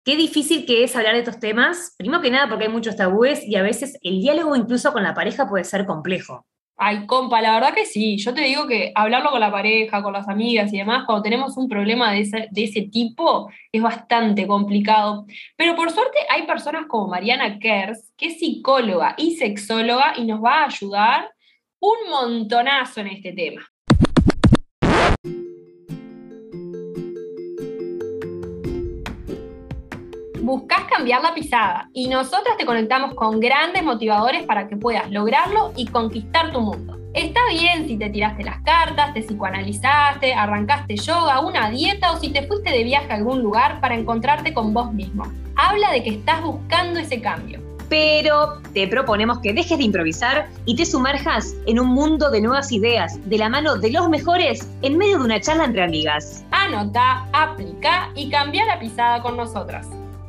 Qué difícil que es hablar de estos temas, primero que nada porque hay muchos tabúes y a veces el diálogo incluso con la pareja puede ser complejo. Ay, compa, la verdad que sí. Yo te digo que hablarlo con la pareja, con las amigas y demás, cuando tenemos un problema de ese tipo, es bastante complicado. Pero por suerte hay personas como Mariana Kers, que es psicóloga y sexóloga y nos va a ayudar un montonazo en este tema. Buscás cambiar la pisada y nosotras te conectamos con grandes motivadores para que puedas lograrlo y conquistar tu mundo. Está bien si te tiraste las cartas, te psicoanalizaste, arrancaste yoga, una dieta o si te fuiste de viaje a algún lugar para encontrarte con vos mismo. Habla de que estás buscando ese cambio. Pero te proponemos que dejes de improvisar y te sumerjas en un mundo de nuevas ideas, de la mano de los mejores, en medio de una charla entre amigas. Anota, aplica y cambia la pisada con nosotras.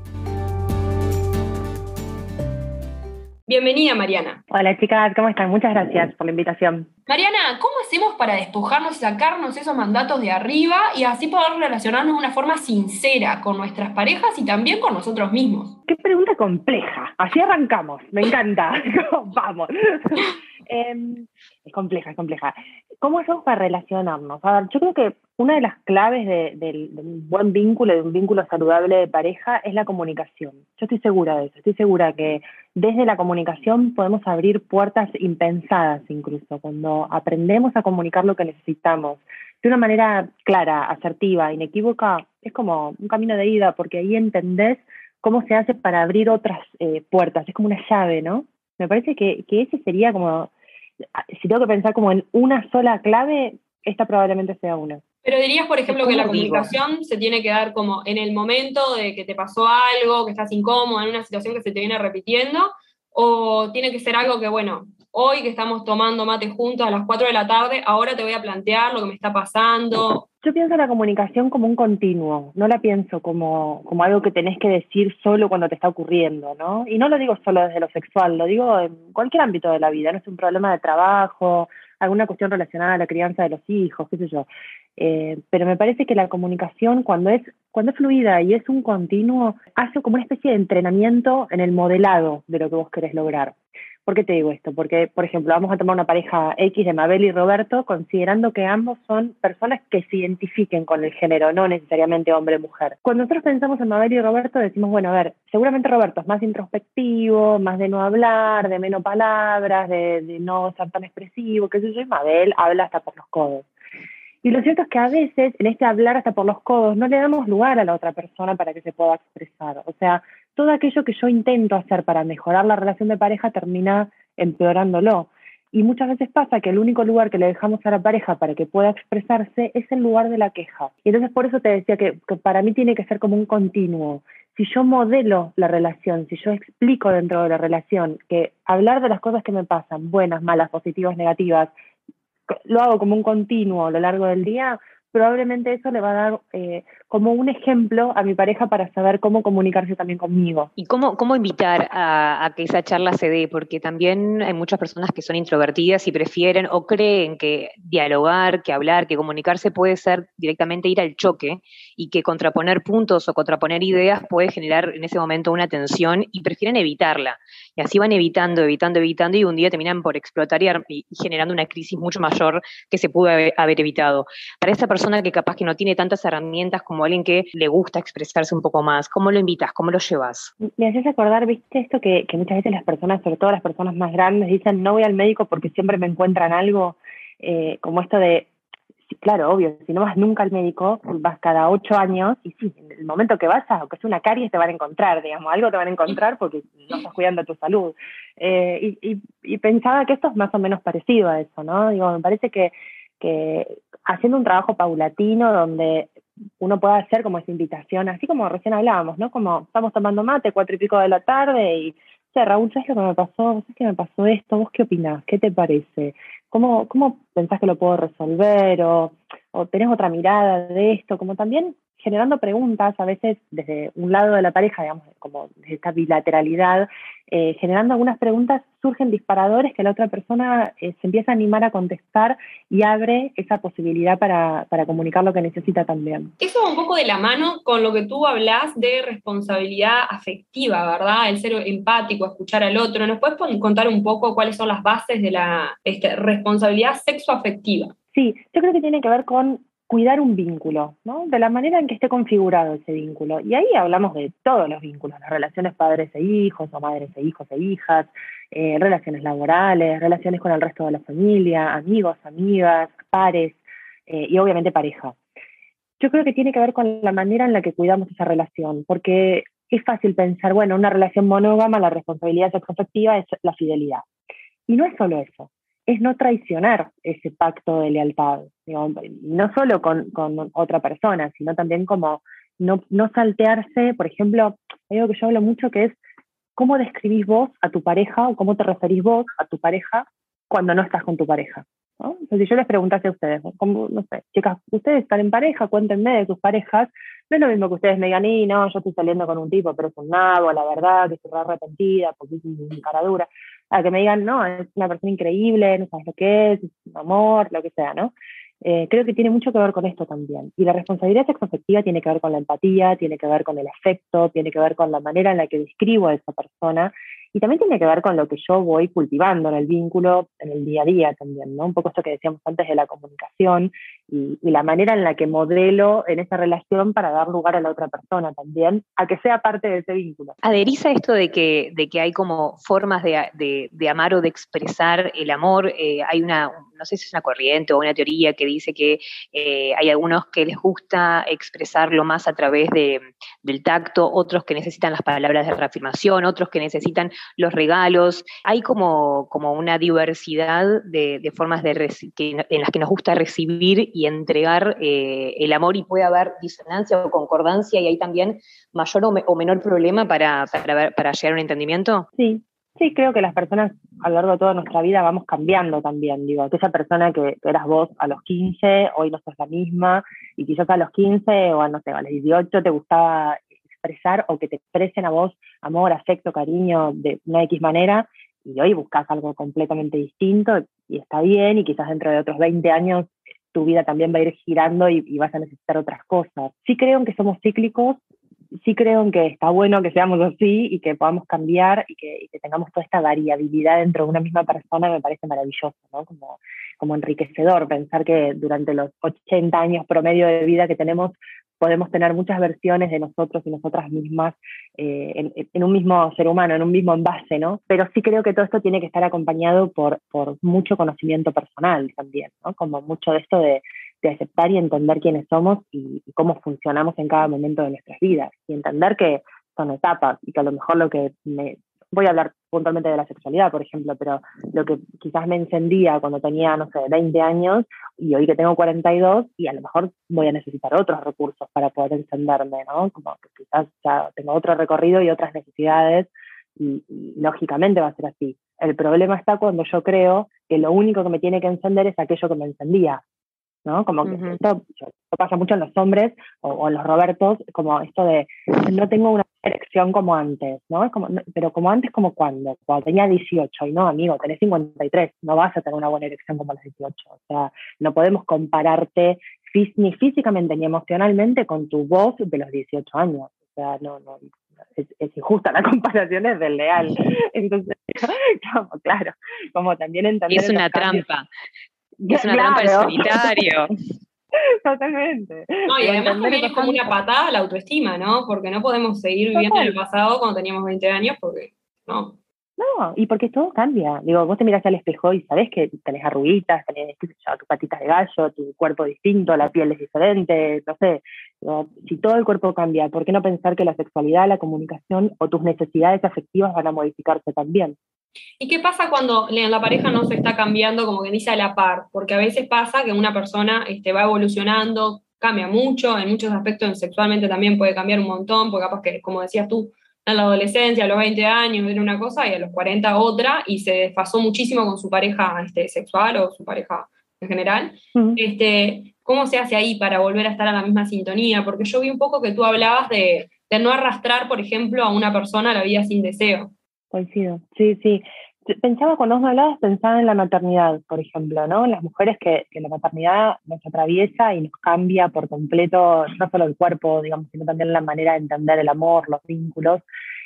Bienvenida, Mariana. Hola chicas, ¿cómo están? Muchas gracias por la invitación. Mariana, ¿cómo hacemos para despojarnos y sacarnos esos mandatos de arriba y así poder relacionarnos de una forma sincera con nuestras parejas y también con nosotros mismos? Qué pregunta compleja. Así arrancamos, me encanta. Vamos. Es compleja, es compleja. ¿Cómo hacemos para relacionarnos? A ver, yo creo que una de las claves de un buen vínculo, de un vínculo saludable de pareja, es la comunicación. Yo estoy segura de eso, estoy segura que desde la comunicación podemos abrir puertas impensadas incluso, cuando aprendemos a comunicar lo que necesitamos de una manera clara, asertiva, inequívoca, es como un camino de ida, porque ahí entendés cómo se hace para abrir otras puertas, es como una llave, ¿no? Me parece que ese sería como, si tengo que pensar como en una sola clave, esta probablemente sea una. Pero dirías, por ejemplo, que la ¿Cómo digo? comunicación se tiene que dar como en el momento de que te pasó algo, que estás incómodo, en una situación que se te viene repitiendo, o tiene que ser algo que, bueno, hoy que estamos tomando mate juntos a las 4 de la tarde, ahora te voy a plantear lo que me está pasando. Yo pienso la comunicación como un continuo, no la pienso como algo que tenés que decir solo cuando te está ocurriendo, ¿no? Y no lo digo solo desde lo sexual, lo digo en cualquier ámbito de la vida, no es un problema de trabajo, alguna cuestión relacionada a la crianza de los hijos, qué sé yo. Pero me parece que la comunicación, cuando es fluida y es un continuo, hace como una especie de entrenamiento en el modelado de lo que vos querés lograr. ¿Por qué te digo esto? Porque, por ejemplo, vamos a tomar una pareja X de Mabel y Roberto, considerando que ambos son personas que se identifiquen con el género, no necesariamente hombre o mujer. Cuando nosotros pensamos en Mabel y Roberto, decimos, bueno, a ver, seguramente Roberto es más introspectivo, más de no hablar, de menos palabras, de no ser tan expresivo, qué sé yo, y Mabel habla hasta por los codos. Y lo cierto es que a veces, en este hablar hasta por los codos, no le damos lugar a la otra persona para que se pueda expresar. O sea, todo aquello que yo intento hacer para mejorar la relación de pareja termina empeorándolo. Y muchas veces pasa que el único lugar que le dejamos a la pareja para que pueda expresarse es el lugar de la queja. Y entonces por eso te decía que para mí tiene que ser como un continuo. Si yo modelo la relación, si yo explico dentro de la relación que hablar de las cosas que me pasan, buenas, malas, positivas, negativas, lo hago como un continuo a lo largo del día, probablemente eso le va a dar como un ejemplo a mi pareja para saber cómo comunicarse también conmigo. ¿Y cómo invitar a que esa charla se dé? Porque también hay muchas personas que son introvertidas y prefieren o creen que dialogar, que hablar, que comunicarse puede ser directamente ir al choque y que contraponer puntos o contraponer ideas puede generar en ese momento una tensión y prefieren evitarla. Y así van evitando, evitando, evitando y un día terminan por explotar y generando una crisis mucho mayor que se pudo haber evitado. Para esa persona que capaz que no tiene tantas herramientas como alguien que le gusta expresarse un poco más, ¿cómo lo invitas? ¿Cómo lo llevas? Me haces acordar, viste, esto que muchas veces las personas, sobre todo las personas más grandes, dicen no voy al médico porque siempre me encuentran algo, como esto de, sí, claro, obvio, si no vas nunca al médico, vas cada 8 años y sí, en el momento que vayas, aunque sea una caries, te van a encontrar, digamos, algo te van a encontrar porque no estás cuidando tu salud. Y pensaba que esto es más o menos parecido a eso, ¿no? Digo, me parece que haciendo un trabajo paulatino donde uno puede hacer como esa invitación, así como recién hablábamos, ¿no? Como estamos tomando mate, 4:00 de la tarde, y, o sea, Raúl, ¿sabes lo que me pasó? ¿Sabes que me pasó esto? ¿Vos qué opinás? ¿Qué te parece? ¿Cómo pensás que lo puedo resolver? ¿O tenés otra mirada de esto? Como también generando preguntas, a veces desde un lado de la pareja, digamos, como desde esta bilateralidad, generando algunas preguntas, surgen disparadores que la otra persona se empieza a animar a contestar y abre esa posibilidad para comunicar lo que necesita también. Eso va un poco de la mano con lo que tú hablas de responsabilidad afectiva, ¿verdad? El ser empático, escuchar al otro. ¿Nos puedes contar un poco cuáles son las bases de la responsabilidad sexoafectiva? Sí, yo creo que tiene que ver con cuidar un vínculo, ¿no? De la manera en que esté configurado ese vínculo. Y ahí hablamos de todos los vínculos, las relaciones padres e hijos, o madres e hijos e hijas, relaciones laborales, relaciones con el resto de la familia, amigos, amigas, pares, y obviamente pareja. Yo creo que tiene que ver con la manera en la que cuidamos esa relación, porque es fácil pensar, bueno, una relación monógama, la responsabilidad sexoafectiva es la fidelidad. Y no es solo eso, es no traicionar ese pacto de lealtad, digo, no solo con otra persona, sino también como no saltearse. Por ejemplo, hay algo que yo hablo mucho que es cómo describís vos a tu pareja o cómo te referís vos a tu pareja cuando no estás con tu pareja, ¿no? Entonces, si yo les preguntase a ustedes, como, no sé, chicas, ustedes están en pareja, cuéntenme de sus parejas, no es lo mismo que ustedes me digan, y no, yo estoy saliendo con un tipo, pero es un nabo, la verdad, que estoy re arrepentida, porque es un cara dura, a que me digan, no, es una persona increíble, no sabes lo que es un amor, lo que sea, ¿no? Creo que tiene mucho que ver con esto también. Y la responsabilidad sexoafectiva tiene que ver con la empatía, tiene que ver con el afecto, tiene que ver con la manera en la que describo a esa persona, y también tiene que ver con lo que yo voy cultivando en el vínculo, en el día a día también, ¿no? Un poco esto que decíamos antes de la comunicación y la manera en la que modelo en esa relación para dar lugar a la otra persona también, a que sea parte de ese vínculo. ¿Adherís a esto de que hay como formas de amar o de expresar el amor? Hay no sé si es una corriente o una teoría que dice que hay algunos que les gusta expresarlo más a través del tacto, otros que necesitan las palabras de reafirmación, otros que necesitan los regalos. Hay como una diversidad de formas en las que nos gusta recibir y entregar el amor, y puede haber disonancia o concordancia, y hay también mayor o menor problema para llegar a un entendimiento. Sí, creo que las personas a lo largo de toda nuestra vida vamos cambiando también. Digo, aquella persona que eras vos a los 15, hoy no sos la misma, y quizás a los 15 o no sé, a los 18 te gustaba expresar o que te expresen a vos amor, afecto, cariño de una X manera, y hoy buscas algo completamente distinto, y está bien, y quizás dentro de otros 20 años tu vida también va a ir girando y vas a necesitar otras cosas. Sí creo en que somos cíclicos, sí creo en que está bueno que seamos así y que podamos cambiar y que tengamos toda esta variabilidad dentro de una misma persona. Me parece maravilloso, ¿no? Como enriquecedor pensar que durante los 80 años promedio de vida que tenemos podemos tener muchas versiones de nosotros y nosotras mismas en un mismo ser humano, en un mismo envase, ¿no? Pero sí creo que todo esto tiene que estar acompañado por mucho conocimiento personal también, ¿no? Como mucho de esto de aceptar y entender quiénes somos y cómo funcionamos en cada momento de nuestras vidas, y entender que son etapas, y que a lo mejor voy a hablar puntualmente de la sexualidad, por ejemplo, pero lo que quizás me encendía cuando tenía, no sé, 20 años, y hoy que tengo 42, y a lo mejor voy a necesitar otros recursos para poder encenderme, ¿no? Como que quizás ya tengo otro recorrido y otras necesidades, y lógicamente va a ser así. El problema está cuando yo creo que lo único que me tiene que encender es aquello que me encendía, ¿no? Como que esto pasa mucho en los hombres o en los Robertos, como esto de no tengo una erección como antes, ¿no? Es como, pero como antes, ¿como cuándo? Cuando tenía 18, y no, amigo, tenés 53, no vas a tener una buena erección como a los 18, o sea, no podemos compararte ni físicamente ni emocionalmente con tu voz de los 18 años, o sea, no, es injusta, la comparación es desleal. Entonces, claro, como también entender... Es una trampa. Es una trampa el solitario. Totalmente. No, y además también es como una patada a la autoestima, ¿no? Porque no podemos seguir viviendo en el pasado cuando teníamos 20 años, porque no. No, y porque todo cambia. Digo, vos te mirás al espejo y sabés que tenés arruguitas, tenés tus patitas de gallo, tu cuerpo distinto, la piel es diferente, no sé. Digo, si todo el cuerpo cambia, ¿por qué no pensar que la sexualidad, la comunicación o tus necesidades afectivas van a modificarse también? ¿Y qué pasa cuando la pareja no se está cambiando, como que dice, a la par? Porque a veces pasa que una persona va evolucionando, cambia mucho, en muchos aspectos sexualmente también puede cambiar un montón, porque capaz que, como decías tú, en la adolescencia, a los 20 años era una cosa y a los 40 otra, y se desfasó muchísimo con su pareja sexual o su pareja en general. ¿Cómo se hace ahí para volver a estar a la misma sintonía? Porque yo vi un poco que tú hablabas de no arrastrar, por ejemplo, a una persona a la vida sin deseo. Coincido, sí, sí. Pensaba, cuando vos me hablabas, pensaba en la maternidad, por ejemplo, ¿no? En las mujeres que la maternidad nos atraviesa y nos cambia por completo, no solo el cuerpo, digamos, sino también la manera de entender el amor, los vínculos,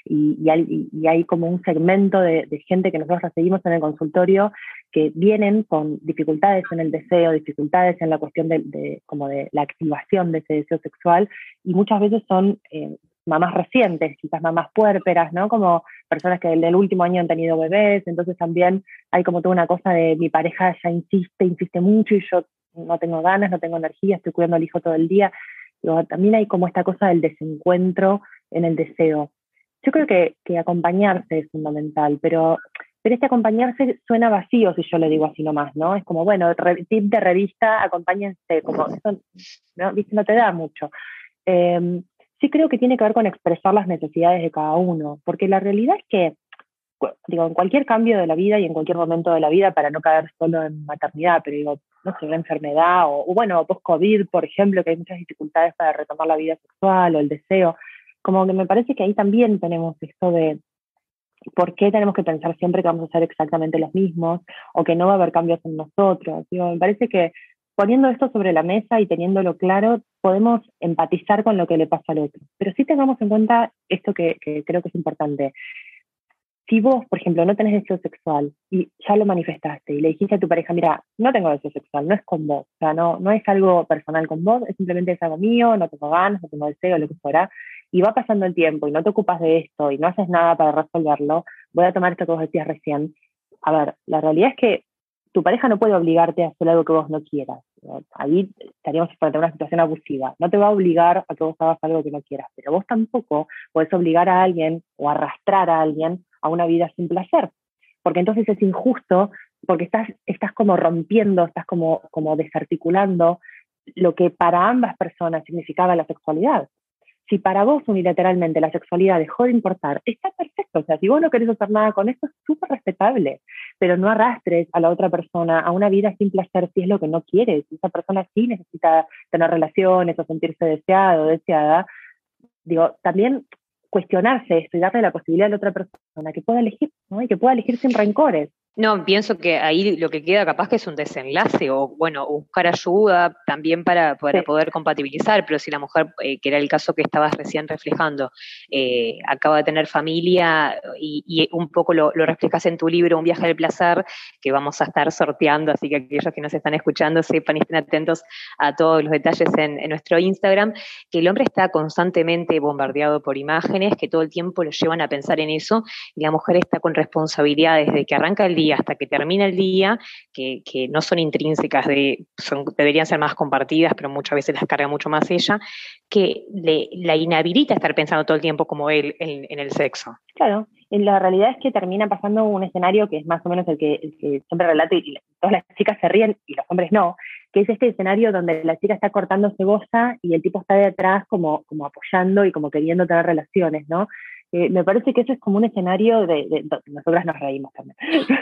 y hay como un segmento de gente que nosotros recibimos en el consultorio que vienen con dificultades en el deseo, dificultades en la cuestión como de la activación de ese deseo sexual, y muchas veces son mamás recientes, quizás mamás puérperas, ¿no? Como personas que del último año han tenido bebés, entonces también hay como toda una cosa de mi pareja ya insiste mucho y yo no tengo ganas, no tengo energía, estoy cuidando al hijo todo el día. Digo, también hay como esta cosa del desencuentro en el deseo. Yo creo que acompañarse es fundamental, pero este acompañarse suena vacío si yo le digo así nomás, ¿no? Es como, bueno, tip de revista, acompáñense, como eso, ¿no? ¿Viste? No te da mucho. Sí creo que tiene que ver con expresar las necesidades de cada uno, porque la realidad es que, digo, en cualquier cambio de la vida y en cualquier momento de la vida, para no caer solo en maternidad, pero digo, no sé, una enfermedad o bueno, post-COVID, por ejemplo, que hay muchas dificultades para retomar la vida sexual o el deseo, como que me parece que ahí también tenemos esto de por qué tenemos que pensar siempre que vamos a ser exactamente los mismos o que no va a haber cambios en nosotros. Digo, me parece que poniendo esto sobre la mesa y teniéndolo claro, podemos empatizar con lo que le pasa al otro. Pero sí tengamos en cuenta esto que creo que es importante. Si vos, por ejemplo, no tenés deseo sexual y ya lo manifestaste y le dijiste a tu pareja, mira, no tengo deseo sexual, no es con vos, o sea, no es algo personal con vos, es simplemente es algo mío, no tengo ganas, no tengo deseo, lo que fuera, y va pasando el tiempo y no te ocupas de esto y no haces nada para resolverlo, voy a tomar esto que vos decías recién. A ver, la realidad es que tu pareja no puede obligarte a hacer algo que vos no quieras. Ahí estaríamos frente a una situación abusiva. No te va a obligar a que vos hagas algo que no quieras, pero vos tampoco podés obligar a alguien o arrastrar a alguien a una vida sin placer, porque entonces es injusto, porque estás como rompiendo, estás como desarticulando lo que para ambas personas significaba la sexualidad. Si para vos unilateralmente la sexualidad dejó de importar, está perfecto. O sea, si vos no querés hacer nada con esto, es súper respetable. Pero no arrastres a la otra persona a una vida sin placer si es lo que no quieres. Si esa persona sí necesita tener relaciones o sentirse deseado o deseada. Digo, también cuestionarse esto y darle la posibilidad a la otra persona que pueda elegir, ¿no? Y que pueda elegir sin rencores. No, pienso que ahí lo que queda capaz que es un desenlace o, bueno, buscar ayuda también para Sí. poder compatibilizar, pero si la mujer, que era el caso que estabas recién reflejando, acaba de tener familia y un poco lo reflejas en tu libro, Un viaje del placer, que vamos a estar sorteando, así que aquellos que nos están escuchando sepan y estén atentos a todos los detalles en nuestro Instagram, que el hombre está constantemente bombardeado por imágenes que todo el tiempo lo llevan a pensar en eso, y la mujer está con responsabilidades desde que arranca el día hasta que termina el día, que no son intrínsecas, deberían ser más compartidas, pero muchas veces las carga mucho más ella, que la inhabilita a estar pensando todo el tiempo como él en el sexo. Claro, y la realidad es que termina pasando un escenario que es más o menos el que siempre relato y todas las chicas se ríen y los hombres no, que es este escenario donde la chica está cortando cebolla y el tipo está detrás como apoyando y como queriendo tener relaciones, ¿no? Me parece que eso es como un escenario nosotras nos reímos también.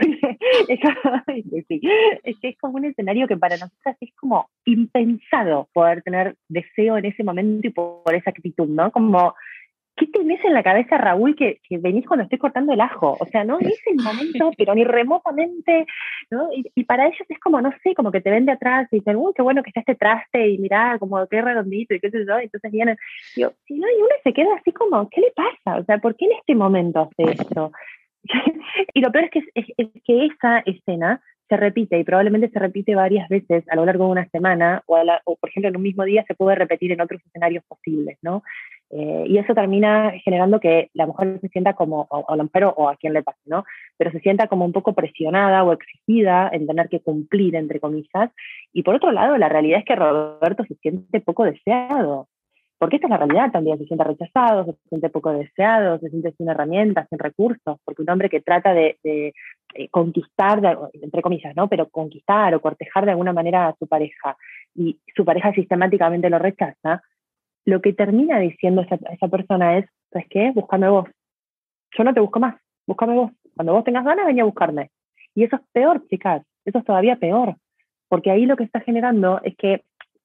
Sí, es como un escenario que para nosotras es como impensado poder tener deseo en ese momento y por esa actitud, ¿no? Como, ¿qué tenés en la cabeza, Raúl, que venís cuando estoy cortando el ajo? O sea, no es el momento, pero ni remotamente, ¿no? Y para ellos es como, no sé, como que te ven de atrás y dicen, uy, qué bueno que está este traste, y mirá, como qué redondito, y qué sé yo, y entonces vienen, digo, si no, y uno se queda así como, ¿qué le pasa? O sea, ¿por qué en este momento hace esto? Y lo peor es que esa escena se repite, y probablemente se repite varias veces a lo largo de una semana, o por ejemplo en un mismo día se puede repetir en otros escenarios posibles, ¿no? Y eso termina generando que la mujer se sienta como, o la mujer o a quien le pase, ¿no? Pero se sienta como un poco presionada o exigida en tener que cumplir, entre comillas. Y por otro lado, la realidad es que Roberto se siente poco deseado. Porque esta es la realidad también, se siente rechazado, se siente poco deseado, se siente sin herramientas, sin recursos, porque un hombre que trata de conquistar, entre comillas, ¿no? Pero conquistar o cortejar de alguna manera a su pareja, y su pareja sistemáticamente lo rechaza, lo que termina diciendo esa persona es, ¿sabes qué? Búscame vos. Yo no te busco más, búscame vos. Cuando vos tengas ganas, vení a buscarme. Y eso es peor, chicas, eso es todavía peor, porque ahí lo que está generando es que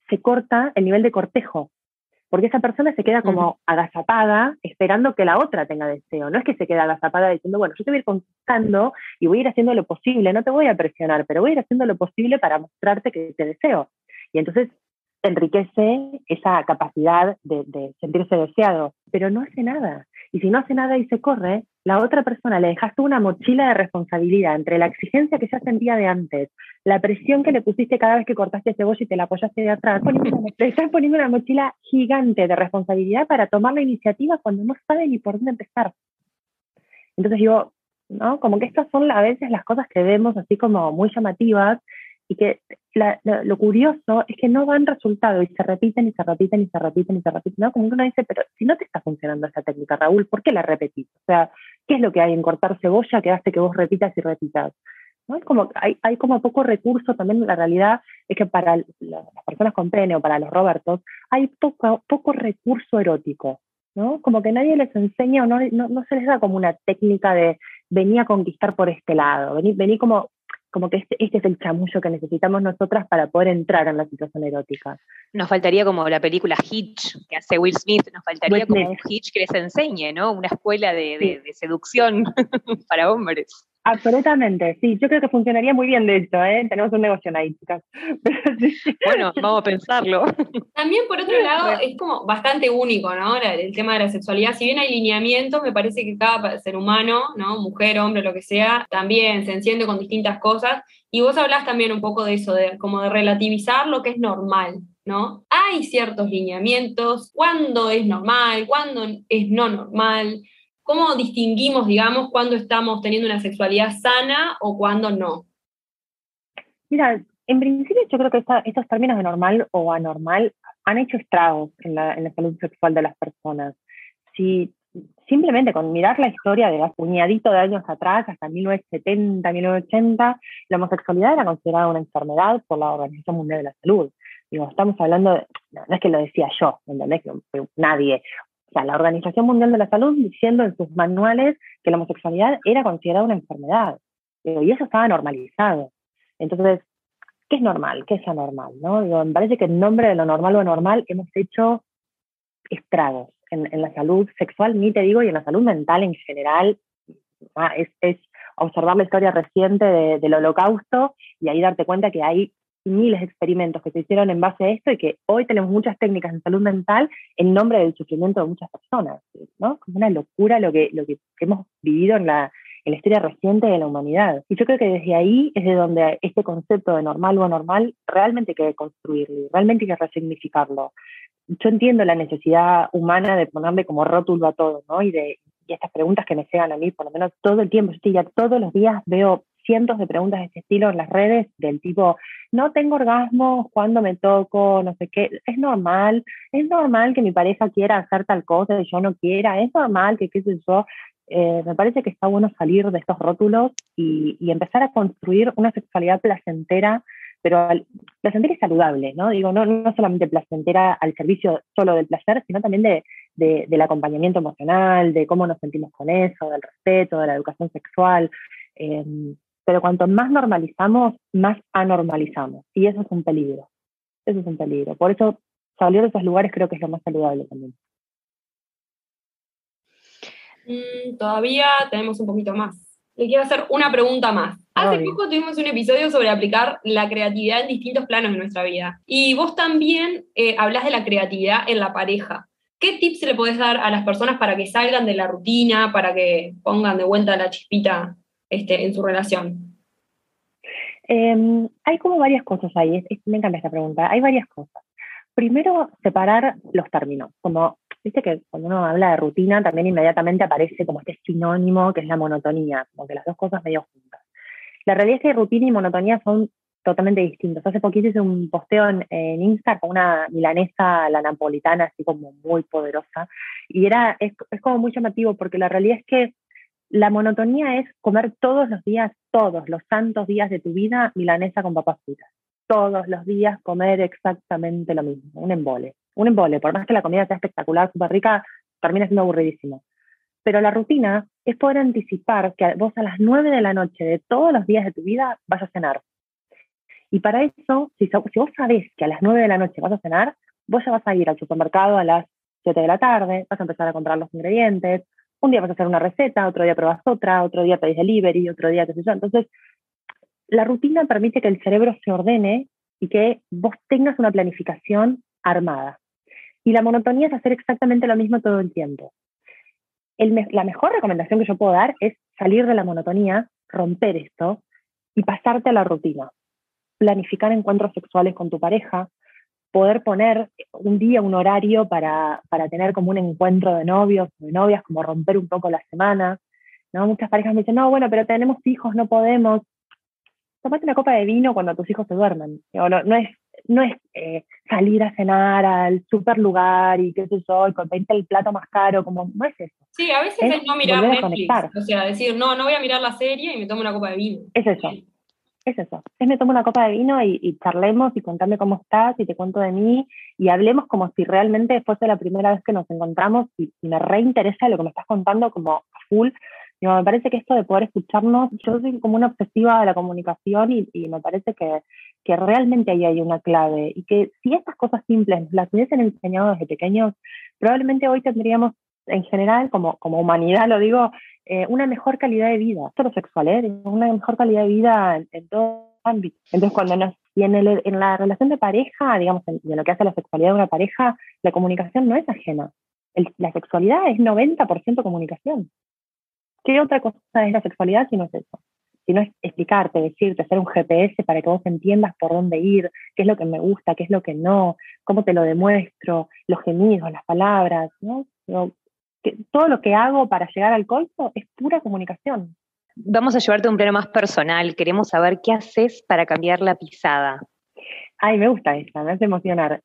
se corta el nivel de cortejo, porque esa persona se queda como agazapada esperando que la otra tenga deseo. No es que se queda agazapada diciendo, bueno, yo te voy a ir conquistando y voy a ir haciendo lo posible, no te voy a presionar, pero voy a ir haciendo lo posible para mostrarte que te deseo. Y entonces enriquece esa capacidad de sentirse deseado, pero no hace nada. Y si no hace nada y se corre, la otra persona le dejaste una mochila de responsabilidad entre la exigencia que ya sentía de antes, la presión que le pusiste cada vez que cortaste cebolla y te la apoyaste de atrás, le estás poniendo una mochila gigante de responsabilidad para tomar la iniciativa cuando no sabe ni por dónde empezar. Entonces digo, ¿no? Como que estas son a veces las cosas que vemos así como muy llamativas y que lo curioso es que no dan resultado y se repiten y se repiten y se repiten y se repiten, ¿no? Como que uno dice, pero si no te está funcionando esa técnica, Raúl, ¿por qué la repetís? O sea, ¿qué es lo que hay en cortar cebolla que hace que vos repitas y repitas? ¿No? Es como, hay como poco recurso, también la realidad es que para las personas con pene o para los Robertos hay poco recurso erótico, ¿no? Como que nadie les enseña o no se les da como una técnica de venir a conquistar por este lado, vení como que este es el chamullo que necesitamos nosotras para poder entrar en la situación erótica. Nos faltaría como la película Hitch, que hace Will Smith, nos faltaría como un Hitch que les enseñe, ¿no? Una escuela de seducción para hombres. Absolutamente, sí, yo creo que funcionaría muy bien de hecho, tenemos un negocio ahí, chicas. Bueno, vamos a pensarlo. También por otro lado es como bastante único, ¿no? El tema de la sexualidad, si bien hay lineamientos, me parece que cada ser humano, ¿no? Mujer, hombre, lo que sea, también se enciende con distintas cosas, y vos hablás también un poco de eso, como de relativizar lo que es normal, ¿no? Hay ciertos lineamientos, cuándo es normal, cuándo es no normal. ¿Cómo distinguimos, digamos, cuándo estamos teniendo una sexualidad sana o cuándo no? Mira, en principio yo creo que estos términos de normal o anormal han hecho estragos en la salud sexual de las personas. Si simplemente con mirar la historia de un puñadito de años atrás, hasta 1970, 1980, la homosexualidad era considerada una enfermedad por la Organización Mundial de la Salud. Digo, estamos hablando, no es que lo decía yo, ¿entendés? Que nadie. O sea, la Organización Mundial de la Salud diciendo en sus manuales que la homosexualidad era considerada una enfermedad. Y eso estaba normalizado. Entonces, ¿qué es normal? ¿Qué es anormal? ¿No? Digo, me parece que en nombre de lo normal o anormal hemos hecho estragos en la salud sexual, ni te digo, y en la salud mental en general. Es observar la historia reciente del Holocausto y ahí darte cuenta que hay miles de experimentos que se hicieron en base a esto y que hoy tenemos muchas técnicas en salud mental en nombre del sufrimiento de muchas personas, ¿no? Como una locura lo que hemos vivido en la historia reciente de la humanidad. Y yo creo que desde ahí es de donde este concepto de normal o anormal realmente hay que construirlo, realmente hay que resignificarlo. Yo entiendo la necesidad humana de ponerle como rótulo a todo, ¿no? Y estas preguntas que me llegan a mí, por lo menos todo el tiempo, yo ya todos los días veo cientos de preguntas de este estilo en las redes, del tipo, no tengo orgasmos, cuando me toco, no sé qué, es normal que mi pareja quiera hacer tal cosa y yo no quiera, es normal que qué sé yo. Me parece que está bueno salir de estos rótulos y empezar a construir una sexualidad placentera, pero placentera y saludable, ¿no? Digo, no solamente placentera al servicio solo del placer, sino también del acompañamiento emocional, de cómo nos sentimos con eso, del respeto, de la educación sexual. Pero cuanto más normalizamos, más anormalizamos. Y eso es un peligro. Eso es un peligro. Por eso salir de esos lugares creo que es lo más saludable también. Todavía tenemos un poquito más. Le quiero hacer una pregunta más. Hace poco tuvimos un episodio sobre aplicar la creatividad en distintos planos de nuestra vida. Y vos también hablás de la creatividad en la pareja. ¿Qué tips le podés dar a las personas para que salgan de la rutina, para que pongan de vuelta la chispita en su relación? Hay como varias cosas ahí. Me encanta esta pregunta. Hay varias cosas. Primero, separar los términos. Como, viste que cuando uno habla de rutina, también inmediatamente aparece como este sinónimo que es la monotonía, como que las dos cosas medio juntas. La realidad es que rutina y monotonía son totalmente distintos. Hace poquito hice un posteo en Insta con una milanesa a la napolitana, así como muy poderosa, y es como muy llamativo, porque la realidad es que la monotonía es comer todos los días, todos los santos días de tu vida, milanesa con papas fritas. Todos los días comer exactamente lo mismo, un embole. Un embole, por más que la comida sea espectacular, súper rica, termina siendo aburridísimo. Pero la rutina es poder anticipar que vos a las 9 de la noche de todos los días de tu vida vas a cenar. Y para eso, si vos sabés que a las 9 de la noche vas a cenar, vos ya vas a ir al supermercado a las 7 de la tarde, vas a empezar a comprar los ingredientes, un día vas a hacer una receta, otro día pruebas otra, otro día pedís delivery, otro día qué sé yo. Entonces, la rutina permite que el cerebro se ordene y que vos tengas una planificación armada. Y la monotonía es hacer exactamente lo mismo todo el tiempo. La mejor recomendación que yo puedo dar es salir de la monotonía, romper esto y pasarte a la rutina. Planificar encuentros sexuales con tu pareja, poder poner un día, un horario para tener como un encuentro de novios o de novias, como romper un poco la semana, ¿no? Muchas parejas me dicen, no, bueno, pero tenemos hijos, no podemos. Tomate una copa de vino cuando tus hijos se duermen. No es salir a cenar al super lugar y qué sé yo, y pedirte el plato más caro, como no es eso. Sí, a veces es no mirar Netflix, o sea, decir, no voy a mirar la serie y me tomo una copa de vino. Es eso. Es me tomo una copa de vino y charlemos y contame cómo estás y te cuento de mí y hablemos como si realmente fuese la primera vez que nos encontramos y me reinteresa lo que me estás contando como a full. Digo, me parece que esto de poder escucharnos, yo soy como una obsesiva de la comunicación y me parece que realmente ahí hay una clave y que si estas cosas simples las hubiesen enseñado desde pequeños, probablemente hoy tendríamos en general, como humanidad lo digo, una mejor calidad de vida, solo sexual, una mejor calidad de vida en todo ámbito. Entonces, en la relación de pareja, digamos, en lo que hace a la sexualidad de una pareja, la comunicación no es ajena. La sexualidad es 90% comunicación. ¿Qué otra cosa es la sexualidad si no es eso? Si no es explicarte, decirte, hacer un GPS para que vos entiendas por dónde ir, qué es lo que me gusta, qué es lo que no, cómo te lo demuestro, los gemidos, las palabras, ¿no? Todo lo que hago para llegar al coito es pura comunicación. Vamos a llevarte a un plano más personal. Queremos saber qué haces para cambiar la pisada. Ay, me gusta esa, me hace emocionar.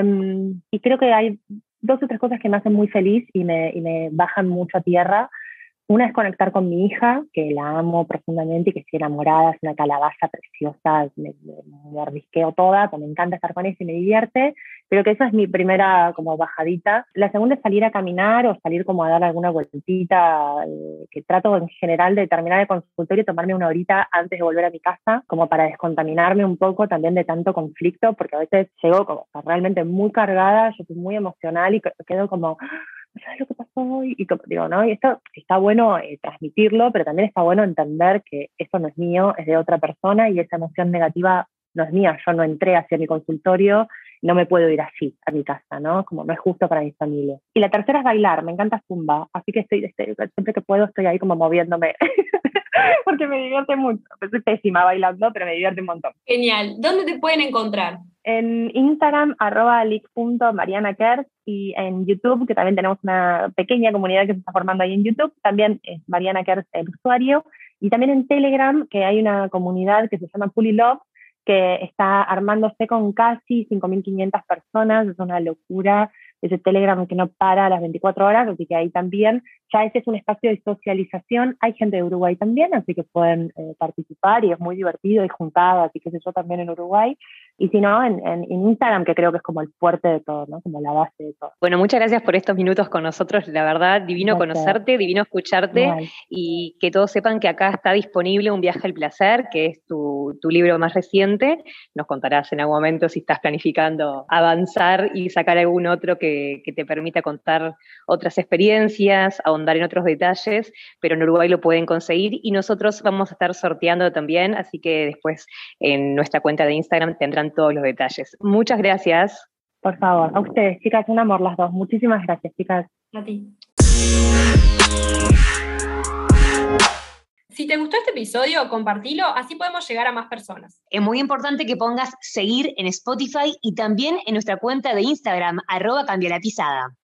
Y creo que hay 2 o 3 cosas que me hacen muy feliz y me bajan mucho a tierra. Una es conectar con mi hija, que la amo profundamente y que estoy enamorada, es una calabaza preciosa, me mordisqueo toda, pues me encanta estar con ella y me divierte, pero que esa es mi primera como bajadita. La segunda es salir a caminar o salir como a dar alguna vueltita, que trato en general de terminar el consultorio y tomarme una horita antes de volver a mi casa, como para descontaminarme un poco también de tanto conflicto, porque a veces llego como realmente muy cargada, yo soy muy emocional y quedo como... ¿sabes lo que pasó hoy? Y digo, ¿no? Y esto está bueno transmitirlo, pero también está bueno entender que eso no es mío, es de otra persona y esa emoción negativa no es mía. Yo no entré hacia mi consultorio, no me puedo ir así a mi casa, ¿no? Como no es justo para mi familia. Y la tercera es bailar, me encanta Zumba, así que siempre que puedo estoy ahí como moviéndome, porque me divierte mucho. Soy pésima bailando, pero me divierte un montón. Genial. ¿Dónde te pueden encontrar? En Instagram, @lic.marianakers, y en YouTube, que también tenemos una pequeña comunidad que se está formando ahí en YouTube, también es Mariana Kers el usuario, y también en Telegram, que hay una comunidad que se llama Fully Love, que está armándose con casi 5.500 personas, es una locura, ese Telegram que no para a las 24 horas, así que ahí también, ya ese es un espacio de socialización, hay gente de Uruguay también, así que pueden participar y es muy divertido y juntado, así que yo también en Uruguay, y si no, en Instagram, que creo que es como el fuerte de todo, ¿no? Como la base de todo. Bueno, muchas gracias por estos minutos con nosotros, la verdad, divino conocerte, divino escucharte, Igual. Y que todos sepan que acá está disponible Un viaje al placer, que es tu libro más reciente. Nos contarás en algún momento si estás planificando avanzar y sacar algún otro que te permita contar otras experiencias, ahondar en otros detalles, pero en Uruguay lo pueden conseguir y nosotros vamos a estar sorteando también, así que después en nuestra cuenta de Instagram tendrán todos los detalles. Muchas gracias. Por favor, a ustedes, chicas, un amor las dos. Muchísimas gracias, chicas. A ti. Si te gustó este episodio, compartilo, así podemos llegar a más personas. Es muy importante que pongas seguir en Spotify y también en nuestra cuenta de Instagram, @cambialapisada.